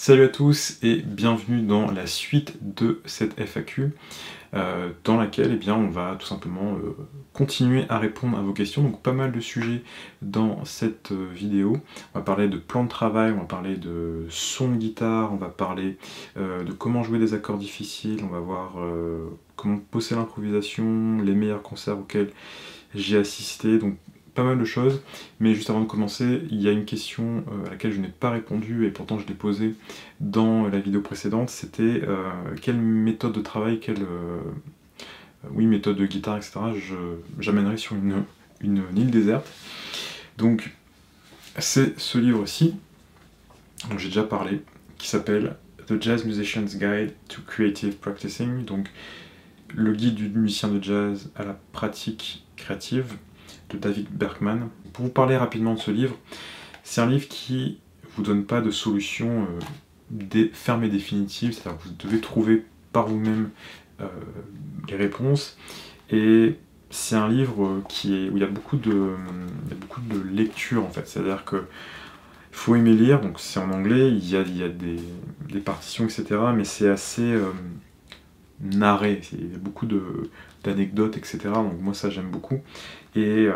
Salut à tous et bienvenue dans la suite de cette FAQ dans laquelle on va tout simplement continuer à répondre à vos questions. Donc pas mal de sujets dans cette vidéo. On va parler de plan de travail, on va parler de son de guitare, on va parler de comment jouer des accords difficiles, on va voir comment bosser l'improvisation, les meilleurs concerts auxquels j'ai assisté. Donc pas mal de choses, mais juste avant de commencer, il y a une question à laquelle je n'ai pas répondu, et pourtant je l'ai posée dans la vidéo précédente, c'était quelle méthode de travail, méthode de guitare, etc. j'amènerais sur une île déserte. Donc c'est ce livre-ci, dont j'ai déjà parlé, qui s'appelle The Jazz Musician's Guide to Creative Practicing, donc le guide du musicien de jazz à la pratique créative, de David Berkman. Pour vous parler rapidement de ce livre, c'est un livre qui vous donne pas de solution ferme et définitive, c'est-à-dire que vous devez trouver par vous-même les réponses, et c'est un livre où il y a beaucoup de lecture en fait, c'est-à-dire que il faut aimer lire, donc c'est en anglais, il y a des partitions, etc., mais c'est assez narré, il y a beaucoup d'anecdotes, etc., donc moi ça j'aime beaucoup, et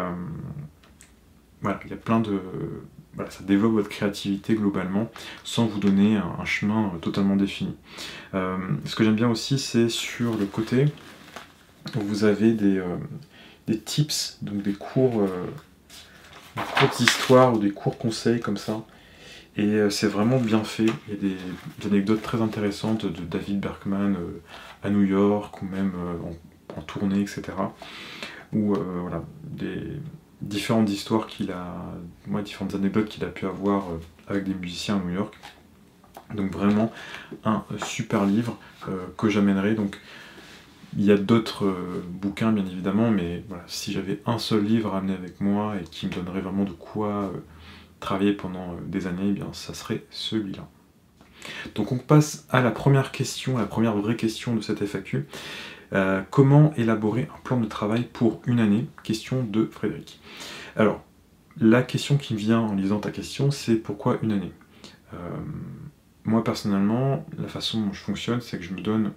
voilà, il y a plein de... Voilà, ça développe votre créativité globalement, sans vous donner un chemin totalement défini. Ce que j'aime bien aussi, c'est sur le côté, où vous avez des tips, donc des cours d'histoire ou des cours conseils comme ça, et c'est vraiment bien fait. Il y a des anecdotes très intéressantes de David Berkman à New York, ou même en tournée, etc. Ou voilà, des différentes histoires différentes anecdotes qu'il a pu avoir avec des musiciens à New York. Donc vraiment un super livre que j'amènerai. Donc il y a d'autres bouquins bien évidemment, mais voilà, si j'avais un seul livre à amener avec moi et qui me donnerait vraiment de quoi travailler pendant des années, eh bien ça serait celui-là. Donc on passe à la première question, la première vraie question de cette FAQ. Comment élaborer un plan de travail pour une année? Question de Frédéric. Alors, la question qui me vient en lisant ta question, c'est pourquoi une année? Moi personnellement, la façon dont je fonctionne, c'est que je me donne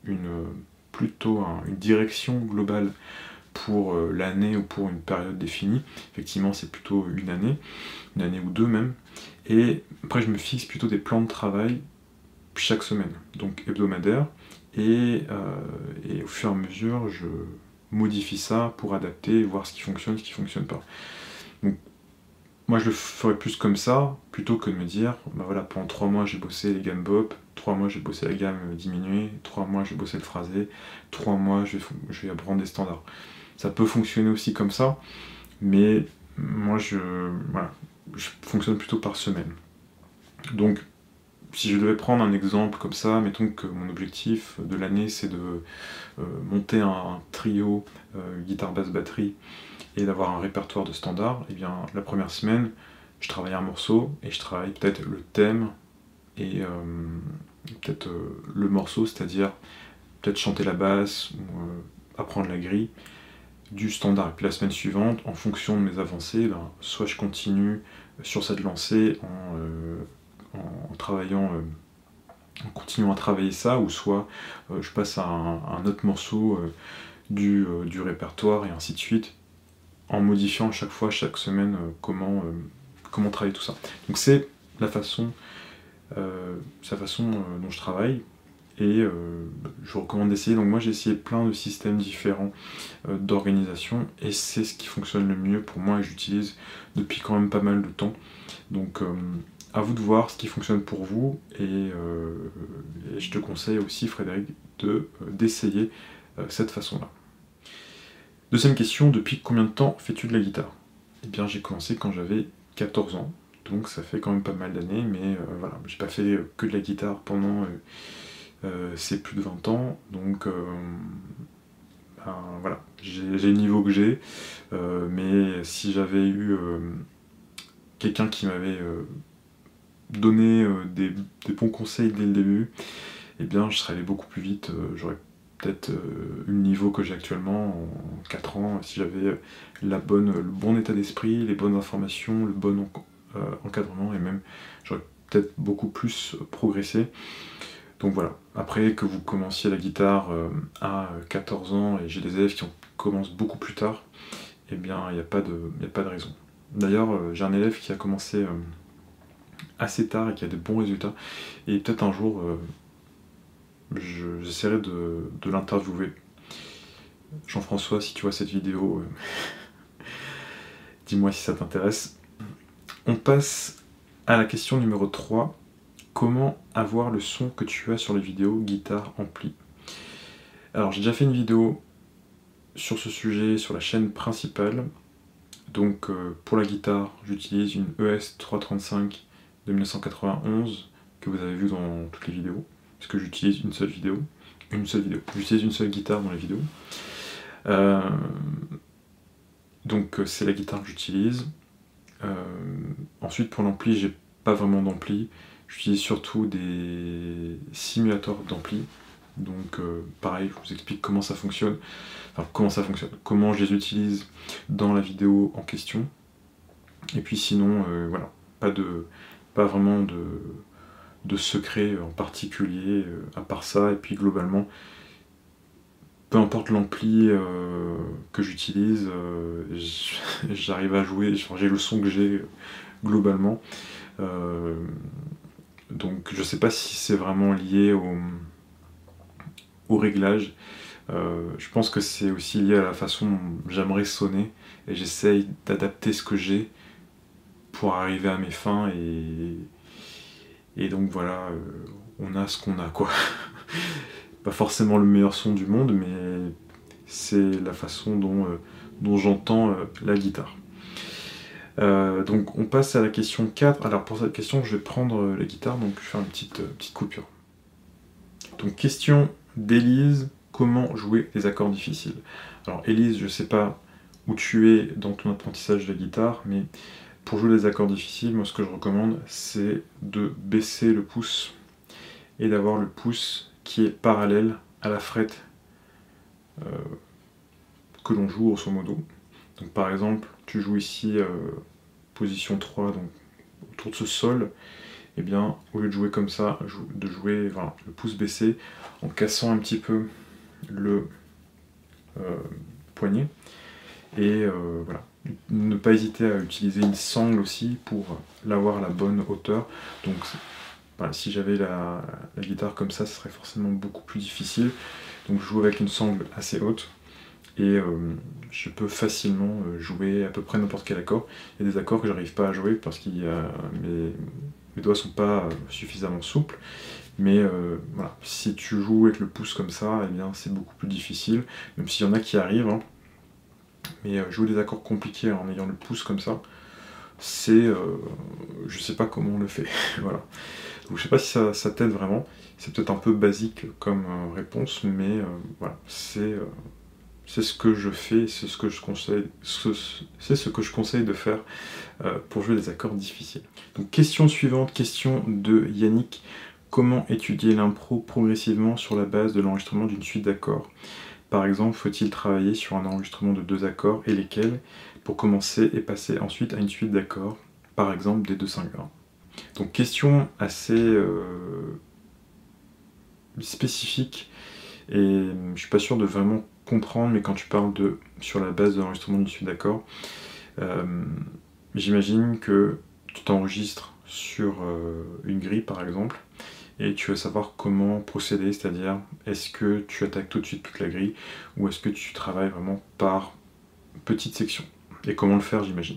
plutôt une direction globale pour l'année ou pour une période définie. Effectivement, c'est plutôt une année ou deux même. Et après, je me fixe plutôt des plans de travail chaque semaine, donc hebdomadaire. Et au fur et à mesure, je modifie ça pour adapter et voir ce qui fonctionne, ce qui fonctionne pas. Donc, moi je le ferais plus comme ça, plutôt que de me dire, bah voilà, pendant 3 mois j'ai bossé les gammes bop, 3 mois j'ai bossé la gamme diminuée, 3 mois j'ai bossé le phrasé, 3 mois je vais apprendre des standards. Ça peut fonctionner aussi comme ça, mais moi je fonctionne plutôt par semaine. Donc, si je devais prendre un exemple comme ça, mettons que mon objectif de l'année c'est de monter un trio guitare basse batterie et d'avoir un répertoire de standards, et bien la première semaine je travaille un morceau et je travaille peut-être le thème et peut-être le morceau, c'est-à-dire peut-être chanter la basse ou apprendre la grille du standard. Et puis la semaine suivante, en fonction de mes avancées, soit je continue sur cette lancée en travaillant, en continuant à travailler ça, ou soit je passe à un autre morceau du répertoire, et ainsi de suite, en modifiant à chaque fois, chaque semaine, comment travailler tout ça. Donc c'est sa façon dont je travaille, et je vous recommande d'essayer. Donc moi j'ai essayé plein de systèmes différents d'organisation, et c'est ce qui fonctionne le mieux pour moi, et j'utilise depuis quand même pas mal de temps. Donc à vous de voir ce qui fonctionne pour vous, et je te conseille aussi, Frédéric, d'essayer cette façon-là. Deuxième question, depuis combien de temps fais-tu de la guitare? Eh bien j'ai commencé quand j'avais 14 ans, donc ça fait quand même pas mal d'années, mais voilà, j'ai pas fait que de la guitare pendant ces plus de 20 ans, donc voilà, j'ai le niveau que j'ai, mais si j'avais eu quelqu'un qui m'avait donné des bons conseils dès le début, eh bien je serais allé beaucoup plus vite, j'aurais peut-être eu le niveau que j'ai actuellement en 4 ans, si j'avais le bon état d'esprit, les bonnes informations, le bon encadrement, et même j'aurais peut-être beaucoup plus progresser. Donc voilà, après que vous commenciez la guitare à 14 ans, et j'ai des élèves qui commencent beaucoup plus tard, eh bien il n'y a pas de raison. D'ailleurs, j'ai un élève qui a commencé assez tard et qui a de bons résultats, et peut-être un jour j'essaierai de l'interviewer. Jean-François, si tu vois cette vidéo, dis-moi si ça t'intéresse. On passe à la question numéro 3. Comment avoir le son que tu as sur les vidéos guitare ampli? Alors j'ai déjà fait une vidéo sur ce sujet sur la chaîne principale. Donc pour la guitare, j'utilise une ES335 de 1991 que vous avez vu dans toutes les vidéos, parce que j'utilise une seule vidéo. J'utilise une seule guitare dans les vidéos. Donc c'est la guitare que j'utilise. Ensuite pour l'ampli, j'ai pas vraiment d'ampli. J'utilise surtout des simulateurs d'ampli. Donc pareil, je vous explique comment ça fonctionne. Enfin comment je les utilise dans la vidéo en question. Et puis sinon, voilà, pas vraiment de secret en particulier à part ça. Et puis globalement, peu importe l'ampli que j'utilise, j'arrive à jouer, j'ai le son que j'ai globalement. Donc je sais pas si c'est vraiment lié au réglage. Je pense que c'est aussi lié à la façon dont j'aimerais sonner, et j'essaye d'adapter ce que j'ai pour arriver à mes fins, et donc voilà, on a ce qu'on a, quoi. Pas forcément le meilleur son du monde, mais c'est la façon dont j'entends la guitare. Donc on passe à la question 4. Alors pour cette question, je vais prendre la guitare, donc je vais faire une petite coupure. Donc question d'Élise, comment jouer les accords difficiles? Alors Élise, je sais pas où tu es dans ton apprentissage de la guitare, mais pour jouer les accords difficiles, moi ce que je recommande, c'est de baisser le pouce et d'avoir le pouce qui est parallèle à la frette que l'on joue grosso modo. Donc par exemple, tu joues ici position 3, donc autour de ce sol, et bien au lieu de jouer comme ça, de jouer voilà, le pouce baissé en cassant un petit peu le poignet, et voilà. Ne pas hésiter à utiliser une sangle aussi pour l'avoir à la bonne hauteur. Donc voilà, si j'avais la guitare comme ça, ce serait forcément beaucoup plus difficile. Donc je joue avec une sangle assez haute, et je peux facilement jouer à peu près n'importe quel accord. Il y a des accords que j'arrive pas à jouer parce que mes doigts sont pas suffisamment souples, mais voilà, si tu joues avec le pouce comme ça, eh bien c'est beaucoup plus difficile, même s'il y en a qui arrivent, hein. Mais jouer des accords compliqués en ayant le pouce comme ça, c'est... je sais pas comment on le fait, voilà. Donc je sais pas si ça t'aide vraiment, c'est peut-être un peu basique comme réponse, mais voilà, c'est ce que je fais, c'est ce que je conseille de faire pour jouer des accords difficiles. Donc question suivante, question de Yannick. Comment étudier l'impro progressivement sur la base de l'enregistrement d'une suite d'accords? Par exemple, faut-il travailler sur un enregistrement de 2 accords, et lesquels, pour commencer et passer ensuite à une suite d'accords, par exemple des 2-5-1? Donc question assez spécifique, et je suis pas sûr de vraiment comprendre, mais quand tu parles sur la base de l'enregistrement d'une suite d'accords, j'imagine que tu t'enregistres sur une grille par exemple, et tu veux savoir comment procéder, c'est-à-dire est-ce que tu attaques tout de suite toute la grille, ou est-ce que tu travailles vraiment par petites sections, et comment le faire, j'imagine.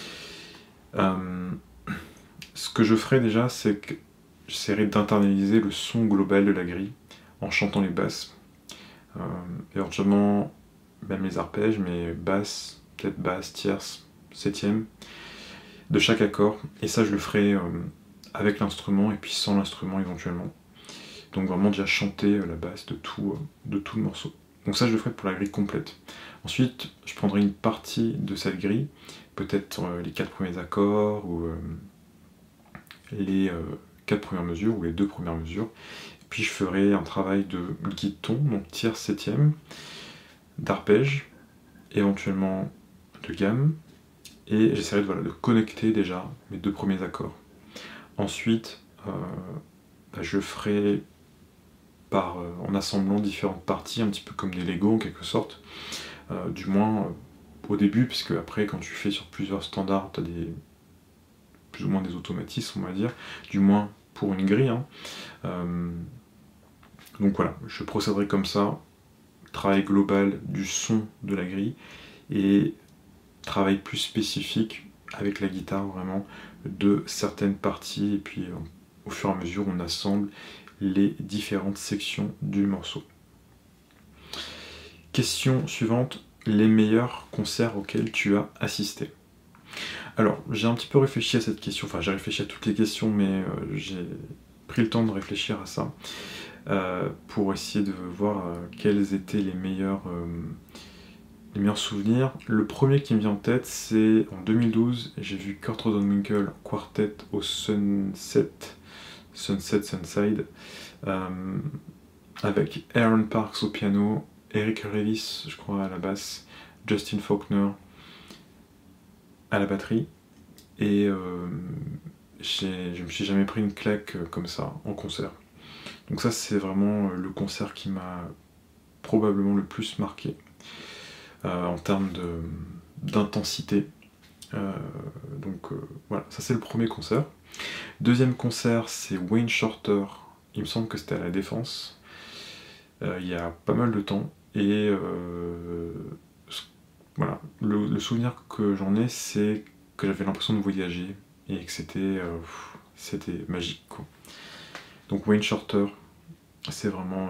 Ce que je ferai déjà, c'est que j'essaierai d'internaliser le son global de la grille en chantant les basses, éventuellement même les arpèges, mais basses, peut-être basse, tierce, septième de chaque accord, et ça je le ferai avec l'instrument et puis sans l'instrument éventuellement. Donc vraiment déjà chanter la basse de tout le morceau. Donc ça je le ferai pour la grille complète. Ensuite je prendrai une partie de cette grille, peut-être les 4 premiers accords, ou les 4 premières mesures, ou les 2 premières mesures. Et puis je ferai un travail de guide-ton, donc tierce, septième, d'arpège, éventuellement de gamme, et j'essaierai de connecter déjà mes 2 premiers accords. Ensuite, je ferai en assemblant différentes parties, un petit peu comme des Lego en quelque sorte, du moins au début, puisque après quand tu fais sur plusieurs standards, tu as plus ou moins des automatismes, on va dire, du moins pour une grille. Hein. Donc voilà, je procéderai comme ça, travail global du son de la grille, et travail plus spécifique avec la guitare vraiment de certaines parties, et puis au fur et à mesure on assemble les différentes sections du morceau. Question suivante, les meilleurs concerts auxquels tu as assisté. Alors, j'ai un petit peu réfléchi à cette question, enfin j'ai réfléchi à toutes les questions, mais j'ai pris le temps de réfléchir à ça, pour essayer de voir quels étaient les meilleurs souvenirs. Le premier qui me vient en tête, c'est en 2012, j'ai vu Kurt Rosenwinkel Quartet au Sunside, avec Aaron Parks au piano, Eric Revis, je crois, à la basse, Justin Faulkner à la batterie, et je me suis jamais pris une claque comme ça en concert. Donc ça, c'est vraiment le concert qui m'a probablement le plus marqué en termes d'intensité. Donc voilà, ça c'est le premier concert. Deuxième concert, c'est Wayne Shorter, il me semble que c'était à la Défense, il y a pas mal de temps, et voilà, le souvenir que j'en ai, c'est que j'avais l'impression de voyager, et que c'était magique, quoi. Donc Wayne Shorter, c'est vraiment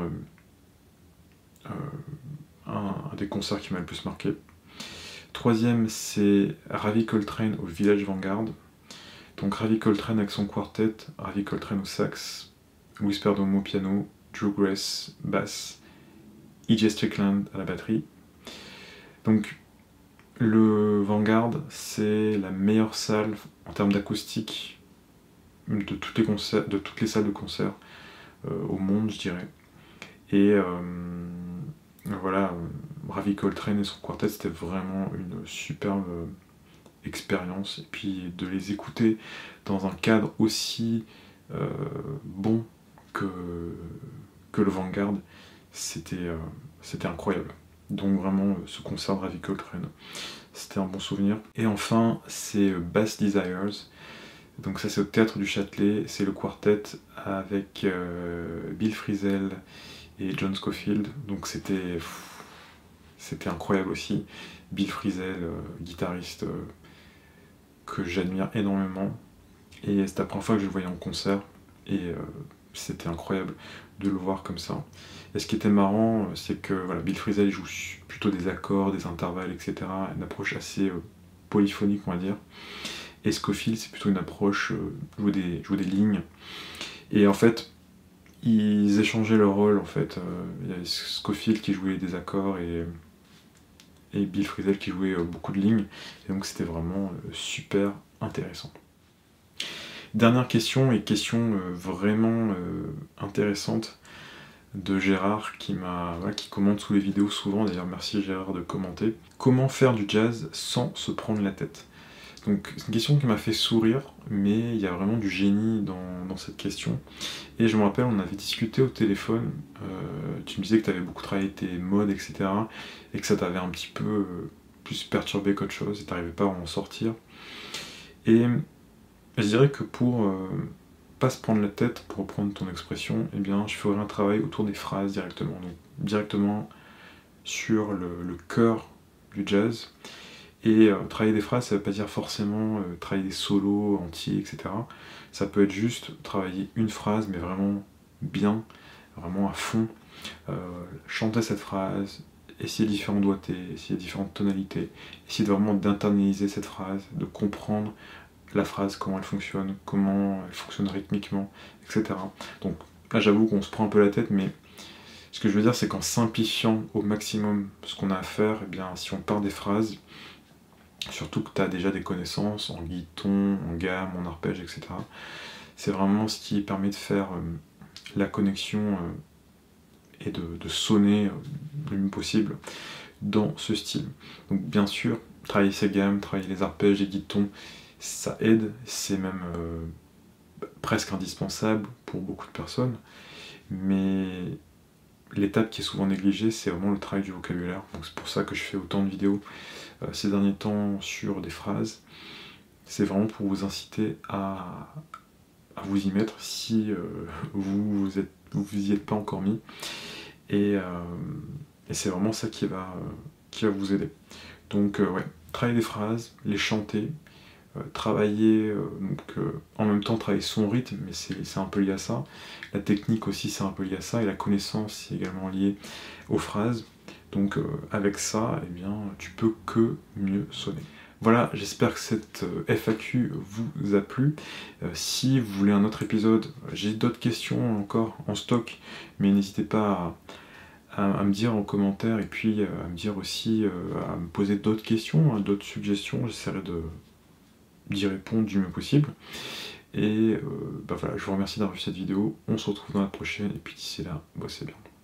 un des concerts qui m'a le plus marqué. Troisième, c'est Ravi Coltrane au Village Vanguard. Donc Ravi Coltrane avec son quartet, Ravi Coltrane au sax, Louis Perdomo au piano, Drew Grace basse, E.J. Strickland à la batterie. Donc le Vanguard, c'est la meilleure salle en termes d'acoustique de toutes les salles de concert au monde, je dirais. Et voilà, Ravi Coltrane et son quartet, c'était vraiment une superbe expérience. Et puis de les écouter dans un cadre aussi bon que le Vanguard, c'était incroyable. Donc vraiment, ce concert de Ravi Coltrane, c'était un bon souvenir. Et enfin, c'est Bass Desires. Donc ça, c'est au Théâtre du Châtelet, c'est le quartet avec Bill Frisell et John Scofield. Donc c'était incroyable aussi. Bill Frisell, guitariste que j'admire énormément. Et c'était la première fois que je le voyais en concert. Et c'était incroyable de le voir comme ça. Et ce qui était marrant, c'est que voilà, Bill Frisell joue plutôt des accords, des intervalles, etc. Une approche assez polyphonique, on va dire. Et Scofield, c'est plutôt une approche jouer des lignes. Et en fait, ils échangeaient leur rôle, en fait. Il y avait Scofield qui jouait des accords et Bill Frisell qui jouait beaucoup de lignes. Et donc c'était vraiment super intéressant. Dernière question, et question vraiment intéressante, de Gérard qui commente sous les vidéos souvent. D'ailleurs, merci Gérard de commenter. Comment faire du jazz sans se prendre la tête? Donc c'est une question qui m'a fait sourire, mais il y a vraiment du génie dans cette question. Et je me rappelle, on avait discuté au téléphone, tu me disais que tu avais beaucoup travaillé tes modes, etc. Et que ça t'avait un petit peu plus perturbé qu'autre chose, et tu n'arrivais pas à en sortir. Et je dirais que pour pas se prendre la tête, pour reprendre ton expression, eh bien je ferai un travail autour des phrases directement. Donc directement sur le cœur du jazz. Et travailler des phrases, ça ne veut pas dire forcément travailler des solos entiers, etc. Ça peut être juste travailler une phrase, mais vraiment bien, vraiment à fond. Chanter cette phrase, essayer différents doigtés, essayer différentes tonalités, essayer vraiment d'internaliser cette phrase, de comprendre la phrase, comment elle fonctionne rythmiquement, etc. Donc là, j'avoue qu'on se prend un peu la tête, mais ce que je veux dire, c'est qu'en simplifiant au maximum ce qu'on a à faire, eh bien, si on part des phrases, surtout que tu as déjà des connaissanses en guiton, en gamme, en arpège, etc. C'est vraiment ce qui permet de faire la connexion et de sonner le mieux possible dans ce style. Donc bien sûr, travailler ses gammes, travailler les arpèges, les guitons, ça aide, c'est même presque indispensable pour beaucoup de personnes, mais l'étape qui est souvent négligée, c'est vraiment le travail du vocabulaire. Donc c'est pour ça que je fais autant de vidéos ces derniers temps sur des phrases. C'est vraiment pour vous inciter à vous y mettre si vous y êtes pas encore mis. Et c'est vraiment ça qui va vous aider. Donc ouais, travailler des phrases, les chanter, travailler, en même temps travailler son rythme, mais c'est un peu lié à ça. La technique aussi, c'est un peu lié à ça, et la connaissance, c'est également lié aux phrases. Donc avec ça, eh bien, tu peux que mieux sonner. Voilà, j'espère que cette FAQ vous a plu. Si vous voulez un autre épisode, j'ai d'autres questions encore en stock, mais n'hésitez pas à me dire en commentaire, et puis à me dire aussi, à me poser d'autres questions, hein, d'autres suggestions. J'essaierai d'y répondre du mieux possible. Et voilà, je vous remercie d'avoir vu cette vidéo. On se retrouve dans la prochaine, et puis d'ici là, bossez bien.